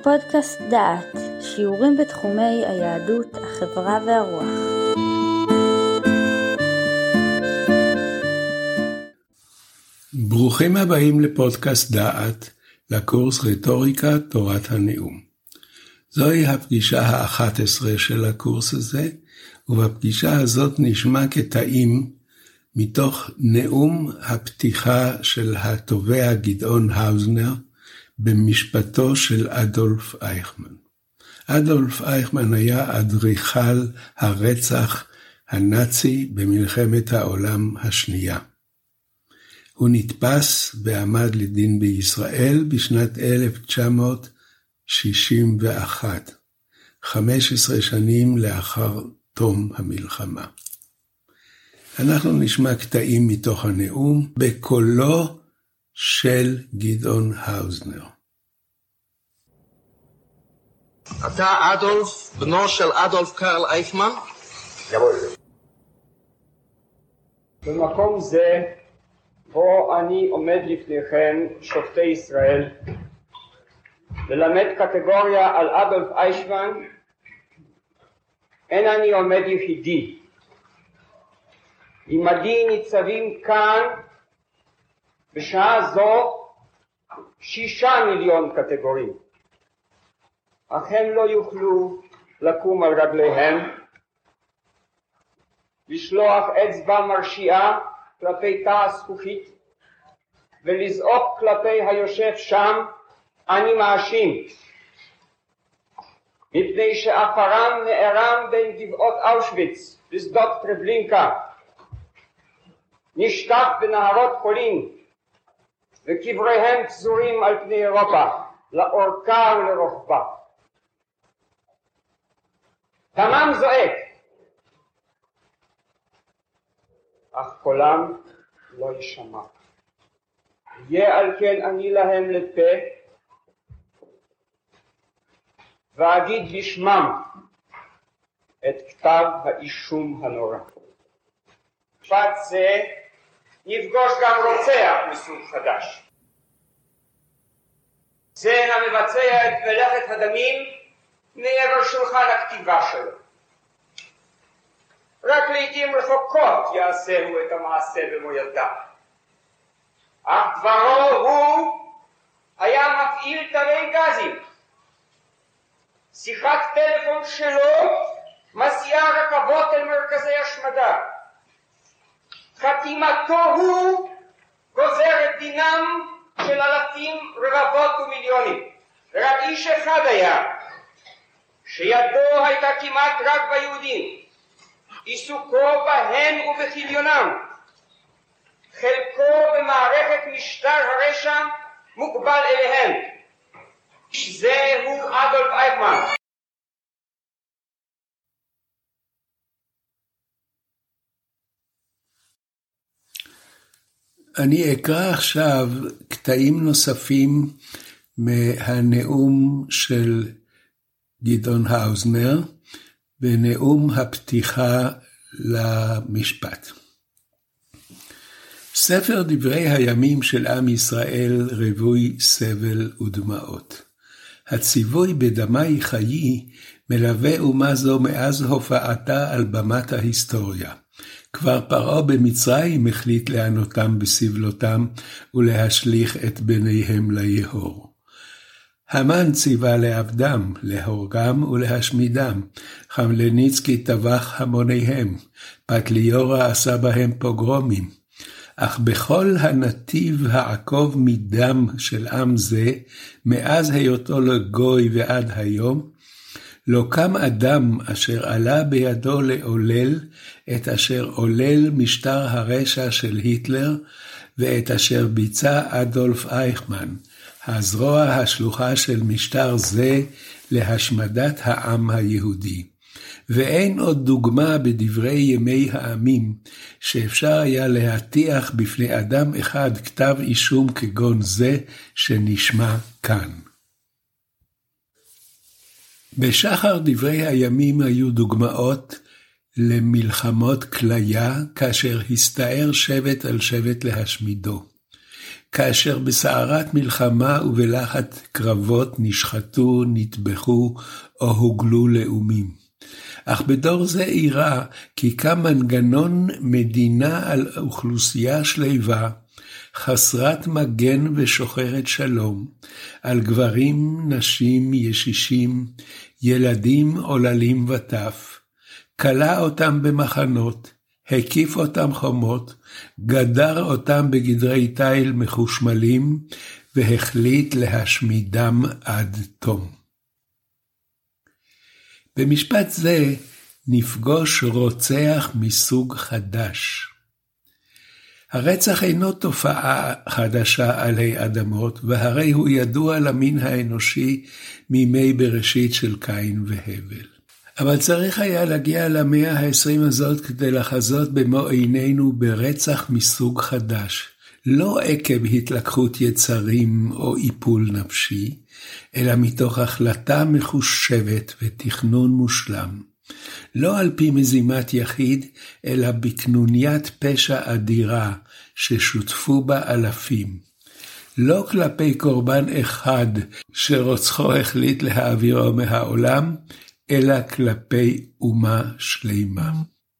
פודקאסט דעת, שיעורים בתחומי היהדות, החברה והרוח. ברוכים הבאים לפודקאסט דעת, לקורס רטוריקה תורת הנאום. זוהי הפגישה ה-11 של הקורס הזה, ובפגישה הזאת נשמע קטעים מתוך נאום הפתיחה של התובע גדעון האוזנר, במשפטו של אדולף אייכמן. אדולף אייכמן היה אדריכל הרצח הנאצי במלחמת העולם השנייה. הוא נתפס ועמד לדין בישראל בשנת 1961, 15 שנים לאחר תום המלחמה. אנחנו נשמע קטעים מתוך הנאום בקולו של גדעון האוזנר. אתה אדולף, בנו של אדולף קרל אייכמן? יבוא. במקום זה, בו אני עומד לפניכם, שופטי ישראל, ללמד קטגוריה על אדולף אייכמן, אין אני עומד יחידי. עמדי ניצבים כאן, בשעה זו 6 מיליון קטגורים, אך הם לא יוכלו לקום על רגליהם, לשלוח אצבע מרשיעה כלפי תא הזכוכית ולזעוק כלפי היושב שם, אני מאשים, מפני שאפרם נערם בין גבעות אושוויץ ושדות טרבלינקה, נשטף בנהרות פולין, וקבריהם פזורים על פני אירופה, לאורכה ולרוחבה. דמם זועק, אך קולם לא יישמע. יהיה על כן אני להם לפה, ואגיד בשמם את כתב האישום הנורא. משפט זה נפגוש גם רוצח מסוג חדש. זה המבצע את מלאכת הדמים מעבר שולחן הכתיבה שלו. רק לעתים רחוקות יעשהו את המעשה במו ידיו. אך דברו הוא היה מפעיל תלי גזים. שיחת טלפון שלו מסיעה רכבות אל מרכזי השמדה. חתימתו הוא גוזר את דינם של אלפים רבבות ומיליונים. רק איש אחד היה, שידו הייתה כמעט רק ביהודים, עיסוקו בהם ובחיליונם, חלקו במערכת משטר הרשע מוגבל אליהם. זה הוא אדולף אייכמן. אני אקרא עכשיו קטעים נוספים מהנאום של גדעון האוזנר, בנאום הפתיחה למשפט. ספר דברי הימים של עם ישראל רווי סבל ודמעות. הציווי בדמי חיי מלווה אומה זו מאז הופעתה על במת ההיסטוריה. כבר פרעה במצרים החליט לענותם בסבלותם ולהשליך את בניהם ליהור. המן ציווה לעבדם, להורגם ולהשמידם. חמלניצקי טבח המוניהם, פטליורה עשה בהם פוגרומים. אך בכל הנתיב העקוב מדם של עם זה, מאז היותו לגוי ועד היום, לא קם אדם אשר עלה בידו לעולל את אשר עולל משטר הרשע של היטלר, ואת אשר ביצע אדולף אייכמן, הזרוע השלוחה של משטר זה להשמדת העם היהודי. ואין עוד דוגמה בדברי ימי העמים, שאפשר היה להטיח בפני אדם אחד כתב אישום כגון זה שנשמע כאן. בשחר דברי הימים היו דוגמאות למלחמות כליה, כאשר הסתער שבט על שבט להשמידו. כאשר בסערת מלחמה ובלחץ קרבות נשחטו, נטבחו או הוגלו לאומים. אך בדור זה אירע כי קם מנגנון מדינה על אוכלוסייה שלווה, חסרת מגן ושוחרת שלום, על גברים, נשים, ישישים, ילדים, עוללים וטף, כלה אותם במחנות, הקיף אותם חומות, גדר אותם בגדרי תיל מחושמלים, והחליט להשמידם עד תום. במשפט זה נפגוש רוצח מסוג חדש. הרצח אינו תופעה חדשה עלי אדמות, והרי הוא ידוע למין האנושי מימי בראשית של קין והבל. אבל צריך היה להגיע למאה ה-20 הזאת כדי לחזות במו עינינו ברצח מסוג חדש, לא עקב התלקחות יצרים או איפול נפשי, אלא מתוך החלטה מחושבת ותכנון מושלם. לא על פי מזימת יחיד, אלא בקנוניית פשע אדירה ששותפו בה אלפים. לא כלפי קורבן אחד שרוצחו החליט להעבירו מהעולם, אלא כלפי אומה שלמה.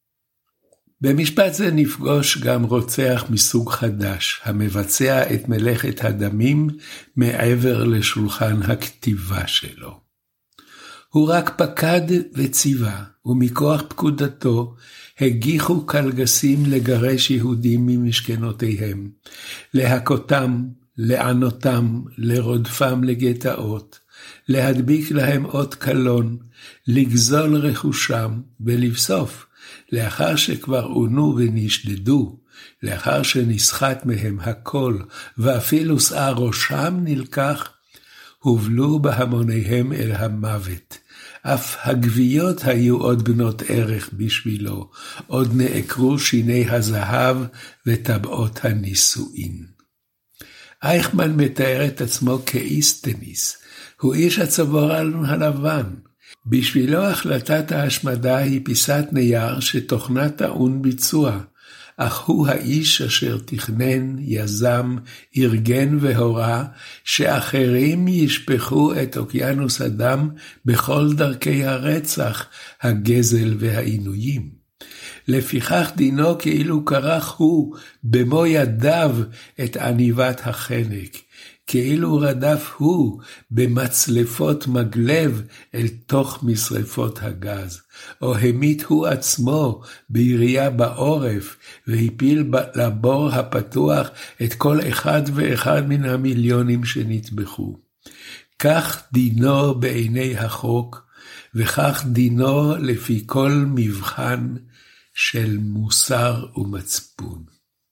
במשפט זה נפגוש גם רוצח מסוג חדש, המבצע את מלאכת הדמים מעבר לשולחן הכתיבה שלו. הוא רק פקד וציווה, ומכוח פקודתו הגיחו קלגסים לגרש יהודים ממשכנותיהם, להכותם, לענותם, לרודפם לגטאות, להדביק להם אות קלון, לגזול רכושם ולבסוף, לאחר שכבר עונו ונשדדו, לאחר שנסחט מהם הכל ואפילו שיער ראשם נלקח, הובלו בהמוניהם אל המוות. אף הגוויות היו עוד בנות ערך בשבילו, עוד נעקרו שיני הזהב וטבעות הנישואין. אייכמן מתאר את עצמו כאיסטניס, הוא איש הצבור הלבן. בשבילו החלטת ההשמדה היא פיסת נייר שתוכנה טעון ביצוע, אך הוא האיש אשר תכנן, יזם, ארגן והורה, שאחרים ישפכו את אוקיינוס הדם בכל דרכי הרצח, הגזל והעינויים. לפיכך דינו כאילו כרך הוא במו ידיו את עניבת החנק, כאילו רדף הוא במצלפות מגלב אל תוך משרפות הגז, או המית הוא עצמו בירייה בעורף, והפיל לבור הפתוח את כל אחד ואחד מן המיליונים שנטבחו. כך דינו בעיני החוק, וכך דינו לפי כל מבחן של מוסר ומצפון.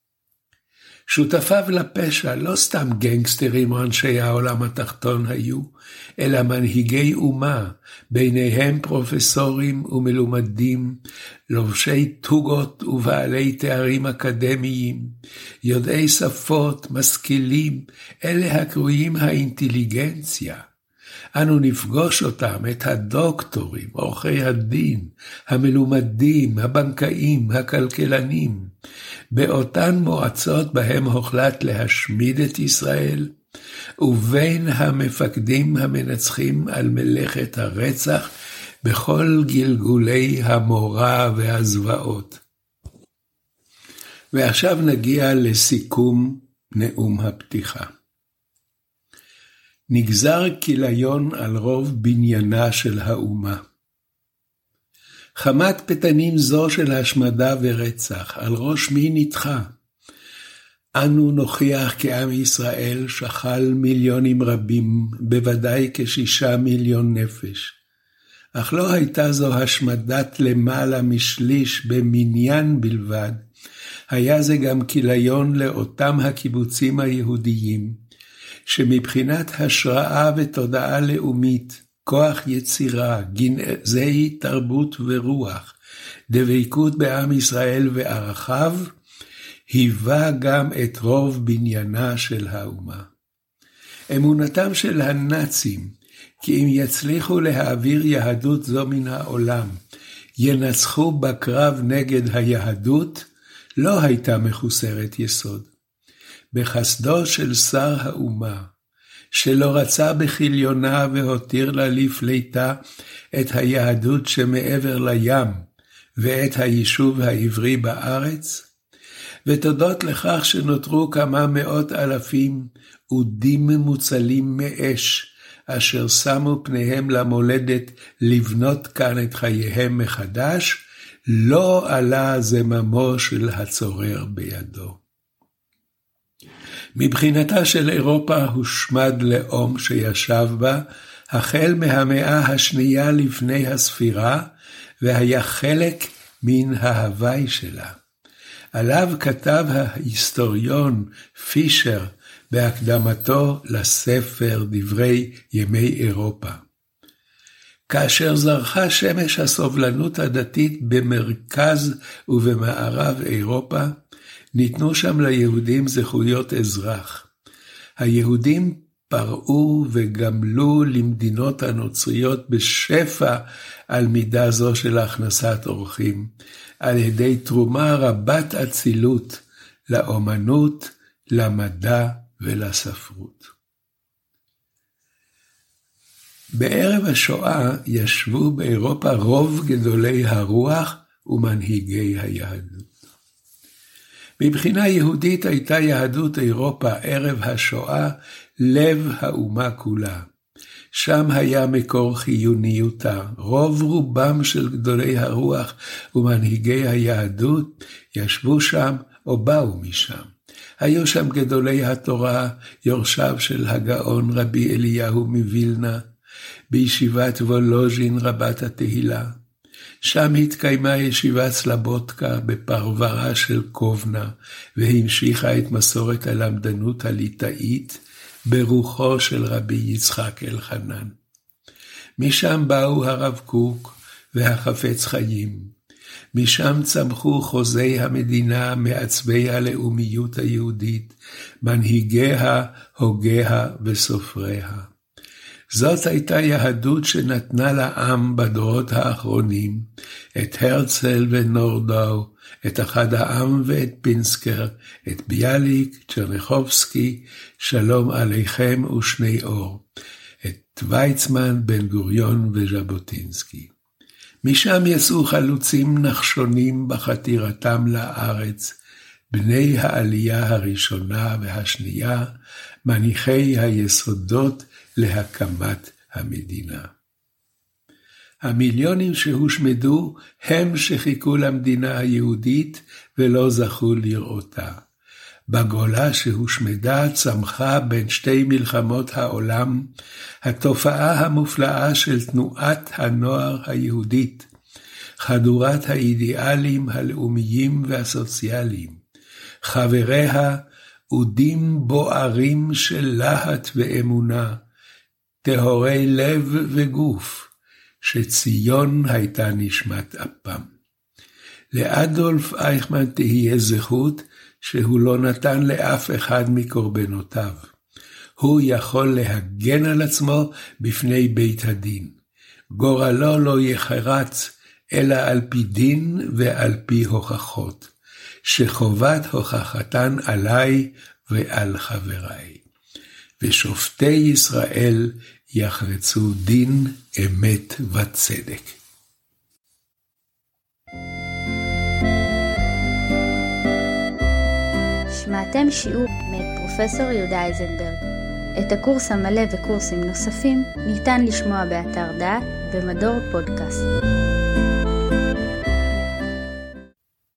שותפיו לפשע לא סתם גנגסטרים או אנשי העולם התחתון היו, אלא מנהיגי אומה, ביניהם פרופסורים ומלומדים, לובשי תוגות ובעלי תארים אקדמיים, יודעי שפות, משכילים, אלה הקרויים האינטליגנציה. אנו נפגוש אותם, את הדוקטורים, עורכי הדין, המלומדים, הבנקאים, הכלכלנים, באותן מועצות בהם הוחלט להשמיד את ישראל, ובין המפקדים המנצחים על מלאכת הרצח בכל גלגולי המורא והזוועות. ועכשיו נגיע לסיכום נאום הפתיחה. נגזר כיליון על רוב בניינה של האומה. חמת פתנים זו של השמדה ורצח, על ראש מי נדחה? אנו נוכיח כעם ישראל שחל מיליונים רבים, בוודאי כ6 מיליון נפש. אך לא הייתה זו השמדת למעלה משליש במניין בלבד, היה זה גם כיליון לאותם הקיבוצים היהודיים, שמבחינת השראה ותודעה לאומית, כוח יצירה, גנזי תרבות ורוח, דבקות בעם ישראל וערכיו, היווה גם את רוב בניינה של האומה. אמונתם של הנאצים, כי אם יצליחו להעביר יהדות זו מן העולם, ינצחו בקרב נגד היהדות, לא הייתה מחוסרת יסוד. בחסדו של שר האומה, שלא רצה בכליונה והותיר לה לפליטה את היהדות שמעבר לים ואת היישוב העברי בארץ, ותודות לכך שנותרו כמה מאות אלפים אודים מוצלים מאש, אשר שמו פניהם למולדת לבנות כאן את חייהם מחדש, לא עלה זממו של הצורר בידו. מבחינתה של אירופה הושמד לאום שישב בה, החל מהמאה השנייה לפני הספירה, והיה חלק מן ההווי שלה. עליו כתב ההיסטוריון פישר בהקדמתו לספר דברי ימי אירופה. כאשר זרחה שמש הסובלנות הדתית במרכז ובמערב אירופה, ניתנו שם ליהודים זכויות אזרח. היהודים פרעו וגמלו למדינות הנוצריות בשפע על מידה זו של הכנסת אורחים, על ידי תרומה רבת אצילות לאומנות, למדע ולספרות. בערב השואה ישבו באירופה רוב גדולי הרוח ומנהיגי היהדות. מבחינה יהודית הייתה יהדות אירופה ערב השואה לב האומה כולה. שם היה מקור חיוניותה. רוב רובם של גדולי הרוח ומנהיגי היהדות ישבו שם או באו משם. היו שם גדולי התורה, יורשיו של הגאון רבי אליהו מווילנה, בישיבת וולוז'ין רבת התהילה. שם התקיימה ישיבת סלבודקה בפרברה של קובנה, והמשיכה את מסורת הלמדנות הליטאית ברוחו של רבי יצחק אלחנן. משם באו הרב קוק והחפץ חיים. משם צמחו חוזי המדינה, מעצבי הלאומיות היהודית, מנהיגיה, הוגיה וסופריה. זאת הייתה יהדות שנתנה לעם בדורות האחרונים, את הרצל ונורדאו, את אחד העם ואת פינסקר, את ביאליק, צ'רניחובסקי, שלום עליכם ושני אור, את ויצמן, בן גוריון וז'בוטינסקי. משם יצאו חלוצים נחשונים בחתירתם לארץ, בני העלייה הראשונה והשנייה, מניחי היסודות להקמת המדינה. המיליונים שהושמדו הם שחיכו למדינה היהודית ולא זכו לראותה. בגולה שהושמדה צמחה בין שתי מלחמות העולם התופעה המופלאה של תנועת הנוער היהודית, חדורת האידיאלים הלאומיים והסוציאליים. חבריה אודים בוערים של להט ואמונה, טהורי לב וגוף, שציון הייתה נשמת אפם. לאדולף אייכמן תהיה זכות שהוא לא נתן לאף אחד מקורבנותיו. הוא יכול להגן על עצמו בפני בית הדין. גורלו לא יחרץ, אלא על פי דין ועל פי הוכחות, שחובת הוכחתן עליי ועל חבריי. ושופטי ישראל יחרצו דין אמת וצדק. שמעתם שיעור מאת פרופסור יהודה אייזנברג. את הקורס המלא וקורסים נוספים ניתן לשמוע באתר דעת במדור פודקאסט.